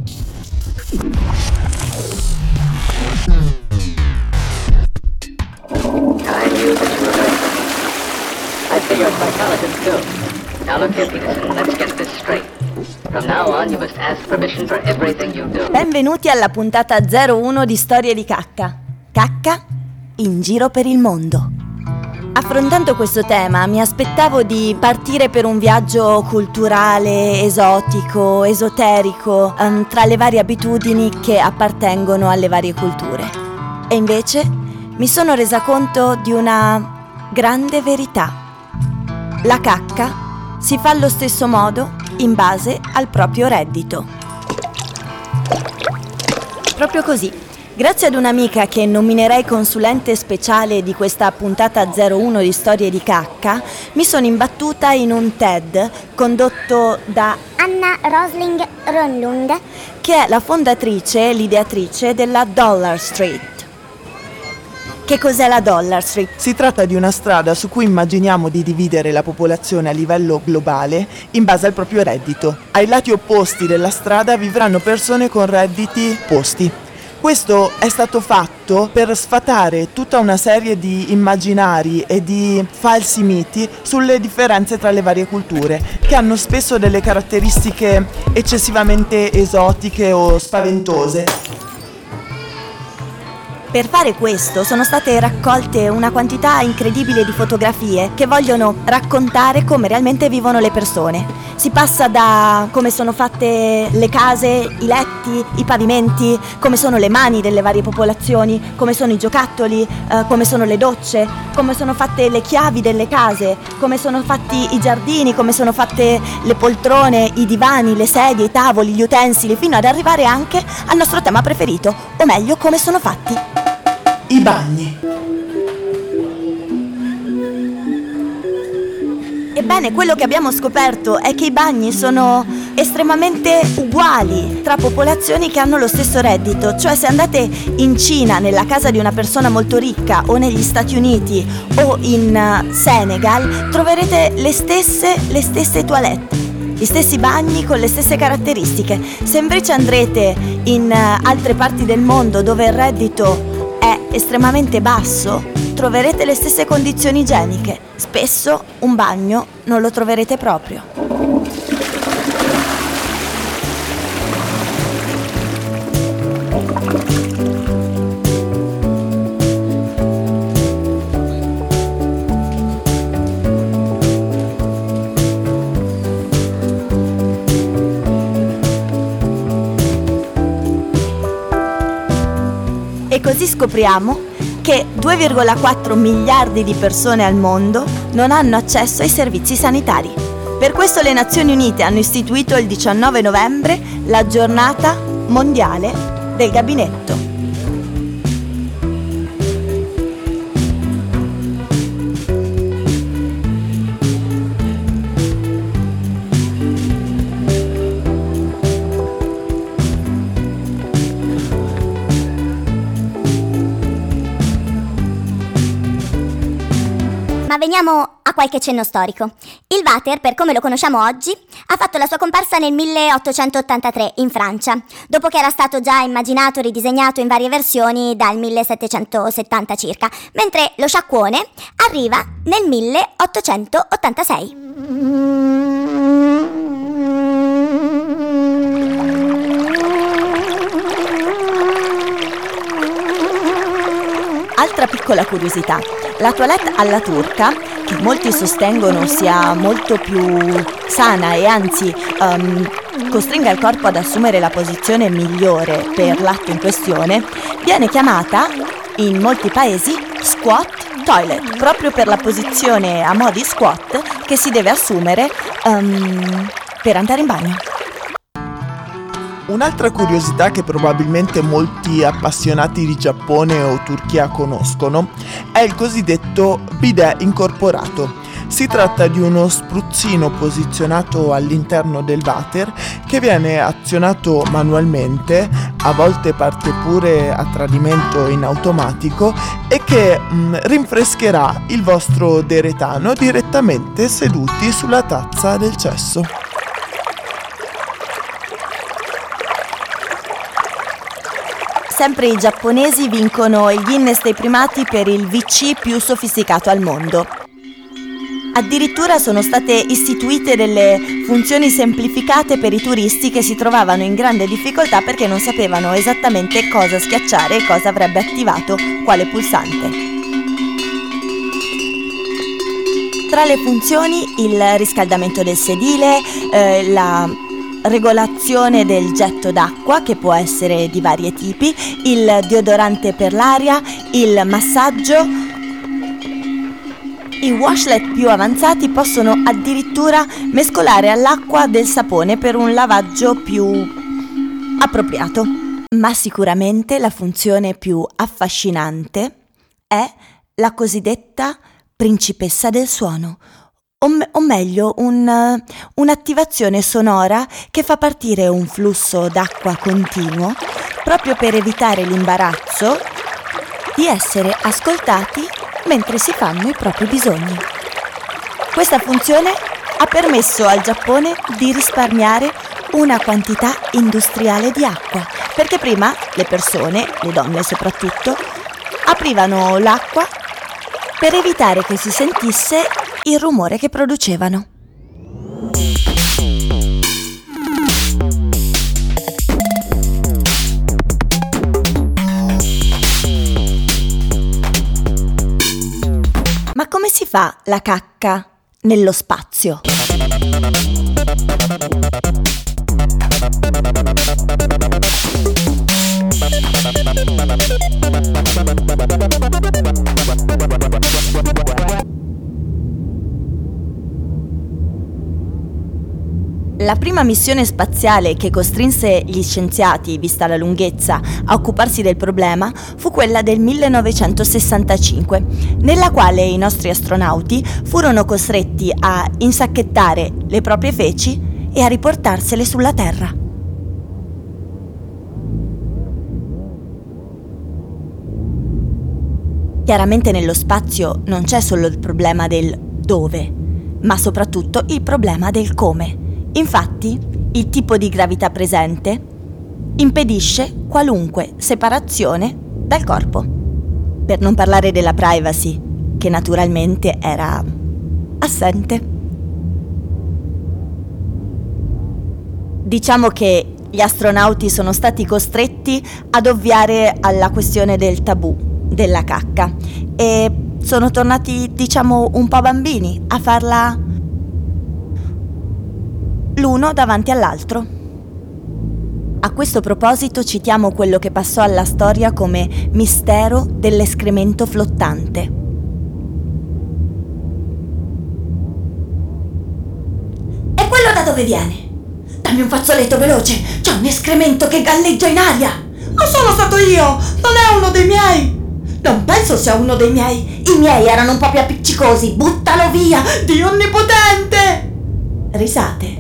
I knew that you were right for me. I see you're a psychologist too. Now look here, Peterson, let's get this straight. From now on you must ask permission for everything you do. Benvenuti alla puntata 01 di Storie di Cacca. Cacca in giro per il mondo. Affrontando questo tema mi aspettavo di partire per un viaggio culturale, esotico, esoterico, tra le varie abitudini che appartengono alle varie culture. E invece mi sono resa conto di una grande verità. La cacca si fa allo stesso modo in base al proprio reddito. Proprio così. Grazie ad un'amica che nominerei consulente speciale di questa puntata 01 di Storie di Cacca, mi sono imbattuta in un TED condotto da Anna Rosling Rönnlund, che è la fondatrice e l'ideatrice della Dollar Street. Che cos'è la Dollar Street? Si tratta di una strada su cui immaginiamo di dividere la popolazione a livello globale in base al proprio reddito. Ai lati opposti della strada vivranno persone con redditi opposti. Questo è stato fatto per sfatare tutta una serie di immaginari e di falsi miti sulle differenze tra le varie culture, che hanno spesso delle caratteristiche eccessivamente esotiche o spaventose. Per fare questo sono state raccolte una quantità incredibile di fotografie che vogliono raccontare come realmente vivono le persone. Si passa da come sono fatte le case, i letti, i pavimenti, come sono le mani delle varie popolazioni, come sono i giocattoli, come sono le docce, come sono fatte le chiavi delle case, come sono fatti i giardini, come sono fatte le poltrone, i divani, le sedie, i tavoli, gli utensili, fino ad arrivare anche al nostro tema preferito, o meglio come sono fatti i bagni. Ebbene, quello che abbiamo scoperto è che i bagni sono estremamente uguali tra popolazioni che hanno lo stesso reddito. Cioè, se andate in Cina, nella casa di una persona molto ricca, o negli Stati Uniti o in Senegal, troverete le stesse toilette, gli stessi bagni con le stesse caratteristiche. Se invece andrete in altre parti del mondo dove il reddito è estremamente basso, troverete le stesse condizioni igieniche. Spesso un bagno non lo troverete proprio. E così scopriamo che 2,4 miliardi di persone al mondo non hanno accesso ai servizi sanitari. Per questo le Nazioni Unite hanno istituito il 19 novembre la giornata mondiale del gabinetto. Ma veniamo a qualche cenno storico. Il water, per come lo conosciamo oggi, ha fatto la sua comparsa nel 1883 in Francia, dopo che era stato già immaginato e ridisegnato in varie versioni dal 1770 circa, mentre lo sciacquone arriva nel 1886. Altra piccola curiosità. La toilette alla turca, che molti sostengono sia molto più sana e anzi costringa il corpo ad assumere la posizione migliore per l'atto in questione, viene chiamata in molti paesi squat toilet, proprio per la posizione a mo' di squat che si deve assumere per andare in bagno. Un'altra curiosità che probabilmente molti appassionati di Giappone o Turchia conoscono è il cosiddetto bidet incorporato. Si tratta di uno spruzzino posizionato all'interno del water che viene azionato manualmente, a volte parte pure a tradimento in automatico, e che rinfrescherà il vostro deretano direttamente seduti sulla tazza del cesso. sempre i giapponesi vincono il Guinness dei primati per il WC più sofisticato al mondo. Addirittura sono state istituite delle funzioni semplificate per i turisti che si trovavano in grande difficoltà perché non sapevano esattamente cosa schiacciare e cosa avrebbe attivato quale pulsante. Tra le funzioni il riscaldamento del sedile, la regolazione del getto d'acqua che può essere di vari tipi, il deodorante per l'aria, il massaggio. I washlet più avanzati possono addirittura mescolare all'acqua del sapone per un lavaggio più appropriato. Ma sicuramente la funzione più affascinante è la cosiddetta principessa del suono, o meglio un'attivazione sonora che fa partire un flusso d'acqua continuo proprio per evitare l'imbarazzo di essere ascoltati mentre si fanno i propri bisogni. Questa funzione ha permesso al Giappone di risparmiare una quantità industriale di acqua, perché prima le persone, le donne soprattutto, aprivano l'acqua per evitare che si sentisse il rumore che producevano. Ma come si fa la cacca nello spazio? La prima missione spaziale che costrinse gli scienziati, vista la lunghezza, a occuparsi del problema fu quella del 1965, nella quale i nostri astronauti furono costretti a insacchettare le proprie feci e a riportarsele sulla Terra. Chiaramente nello spazio non c'è solo il problema del dove, ma soprattutto il problema del come. Infatti, il tipo di gravità presente impedisce qualunque separazione dal corpo. Per non parlare della privacy, che naturalmente era assente. Diciamo che gli astronauti sono stati costretti ad ovviare alla questione del tabù della cacca e sono tornati, diciamo, un po' bambini a farla l'uno davanti all'altro. A questo proposito citiamo quello che passò alla storia come mistero dell'escremento flottante. E quello da dove viene? Dammi un fazzoletto veloce, c'è un escremento che galleggia in aria! Non sono stato io, non è uno dei miei! Non penso sia uno dei miei, i miei erano un po' più appiccicosi, buttalo via, Dio onnipotente! Risate.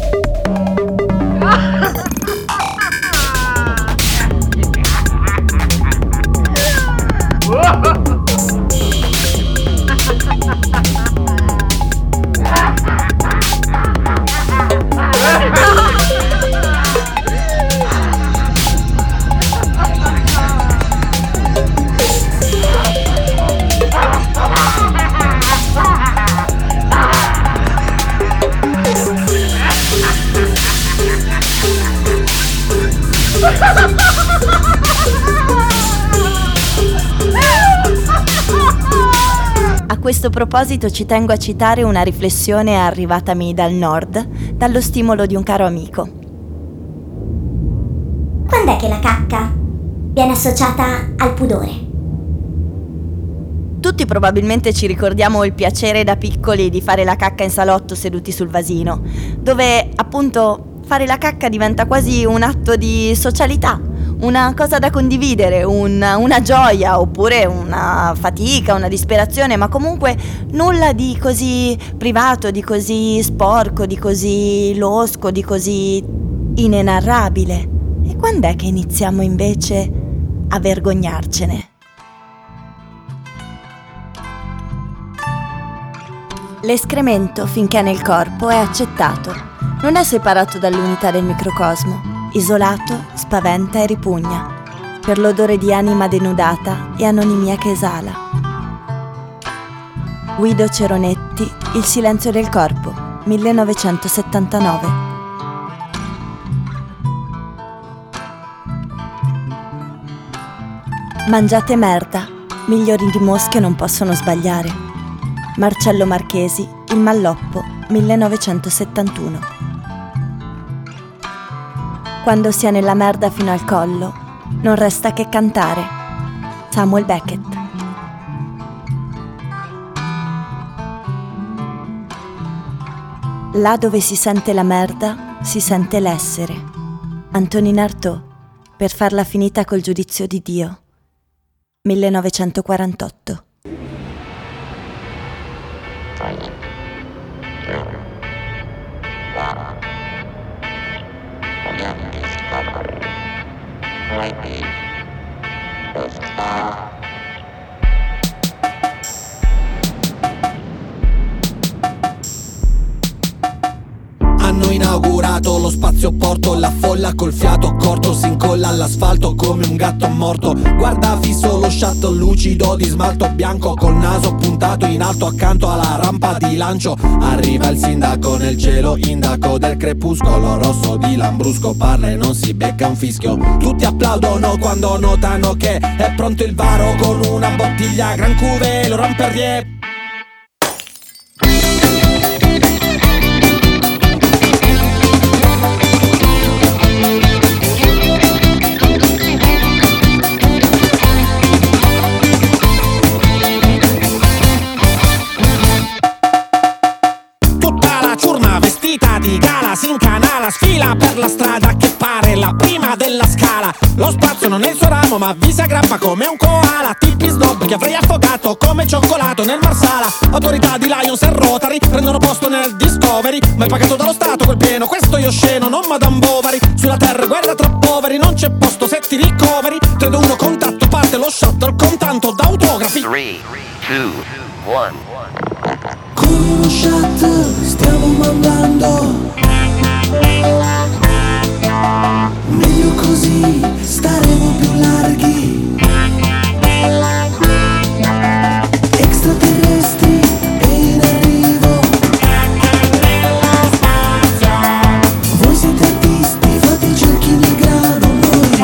A questo proposito ci tengo a citare una riflessione arrivatami dal nord, dallo stimolo di un caro amico. Quando è che la cacca viene associata al pudore? Tutti probabilmente ci ricordiamo il piacere da piccoli di fare la cacca in salotto seduti sul vasino, dove appunto fare la cacca diventa quasi un atto di socialità, una cosa da condividere, una gioia oppure una fatica, una disperazione, ma comunque nulla di così privato, di così sporco, di così losco, di così inenarrabile. E quando è che iniziamo invece a vergognarcene? L'escremento, finché è nel corpo, è accettato. Non è separato dall'unità del microcosmo. Isolato, spaventa e ripugna. per l'odore di anima denudata e anonimia che esala. Guido Ceronetti, Il silenzio del corpo, 1979. Mangiate merda, migliori di mosche non possono sbagliare. Marcello Marchesi, Il malloppo, 1971. Quando si è nella merda fino al collo, non resta che cantare. Samuel Beckett. Là dove si sente la merda, si sente l'essere. Antonin Artaud, per farla finita col giudizio di Dio, 1948. Hanno inaugurato lo spazioporto, la folla col fiato corto si incolla all'asfalto come un gatto morto. Guarda fisso lo shuttle lucido di smalto bianco col naso puntato in alto accanto alla rampa di lancio. Arriva il sindaco nel cielo indaco del crepuscolo rosso di Lambrusco, parla e non si becca un fischio. Tutti applaudono quando notano che è pronto il varo con una bottiglia Gran Cuvée, Laurent Perrier. Di gala si incanala, sfila per la strada che pare la prima della scala. Lo spazio non è il suo ramo ma vi si aggrappa come un koala. Tipi snob che avrei affogato come cioccolato nel Marsala. Autorità di Lions e Rotary prendono posto nel Discovery, ma è pagato dallo Stato quel pieno, questo io sceno, non Madame Bovary. Sulla terra guerra tra poveri, non c'è posto se ti ricoveri. 3, 2, 1 contatto, parte lo shuttle con tanto d'autografi. 3, 2, 1. Con uno shuttle stiamo mandando. Meglio così, staremo più larghi. Extraterrestri e in arrivo. Voi siete artisti, fate i cerchi nel grano. Noi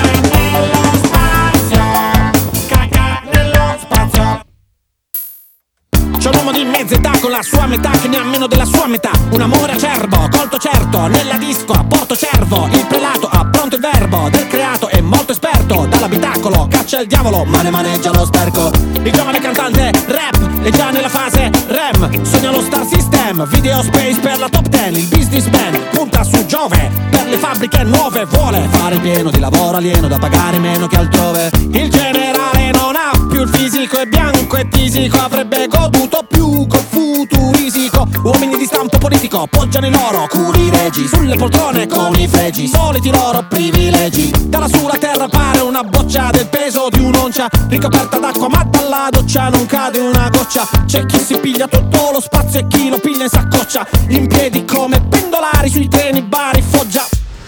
caca nello spazio. C'è un uomo di mezza età con la sua metà che ne ha meno della sua metà. Un amore acerbo, colto certo, nella disco a Porto Cervo. Il prelato ha pronto il verbo del creato, è molto esperto. Dall'abitacolo caccia il diavolo, ma ne maneggia lo sterco. Il giovane cantante rap è già nella fase REM. Sogna lo star system, video space per la top 10. Il businessman punta su Giove per le fabbriche nuove. Vuole fare il pieno di lavoro alieno da pagare meno che altrove. Il generale non ha più il fisico, è bianco e tisico. Avrebbe goduto più col futuristico. Uomini di stampo politico poggiano i loro curi regi sulle poltrone con i fregi, soliti loro privilegi. Dalla sulla terra pare una boccia del peso di un'oncia, ricoperta d'acqua ma dalla doccia non cade una goccia. C'è chi si piglia tutto lo spazio e chi lo piglia in saccoccia, in piedi come pendolari sui treni Bari Foggia.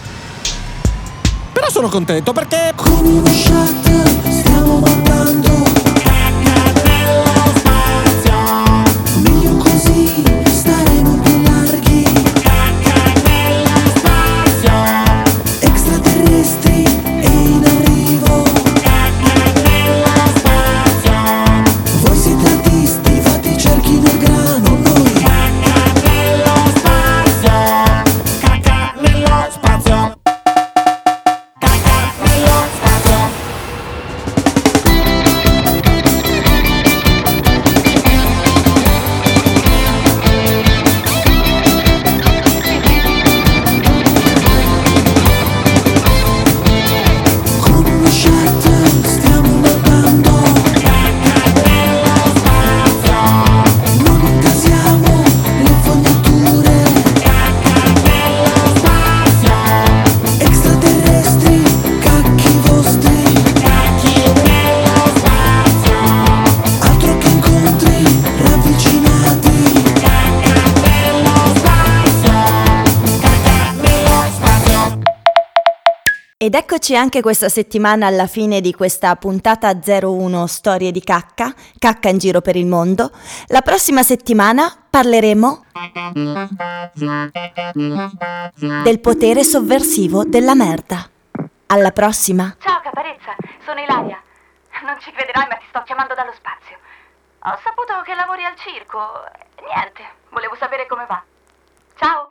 Però sono contento perché con uno shuttle stiamo mandando. Meglio così, staremo più larghi. Nello spazio. Extraterrestri e in arrivo. Nello spazio. Voi siete artisti, fate i cerchi nel grano. Noi nello spazio. Caca nello spazio. Caca nello spazio. Ed eccoci anche questa settimana alla fine di questa puntata 01 Storie di cacca in giro per il mondo. La prossima settimana parleremo del potere sovversivo della merda. Alla prossima! Ciao Caparezza, sono Ilaria. Non ci crederai, ma ti sto chiamando dallo spazio. Ho saputo che lavori al circo. Niente, volevo sapere come va. Ciao!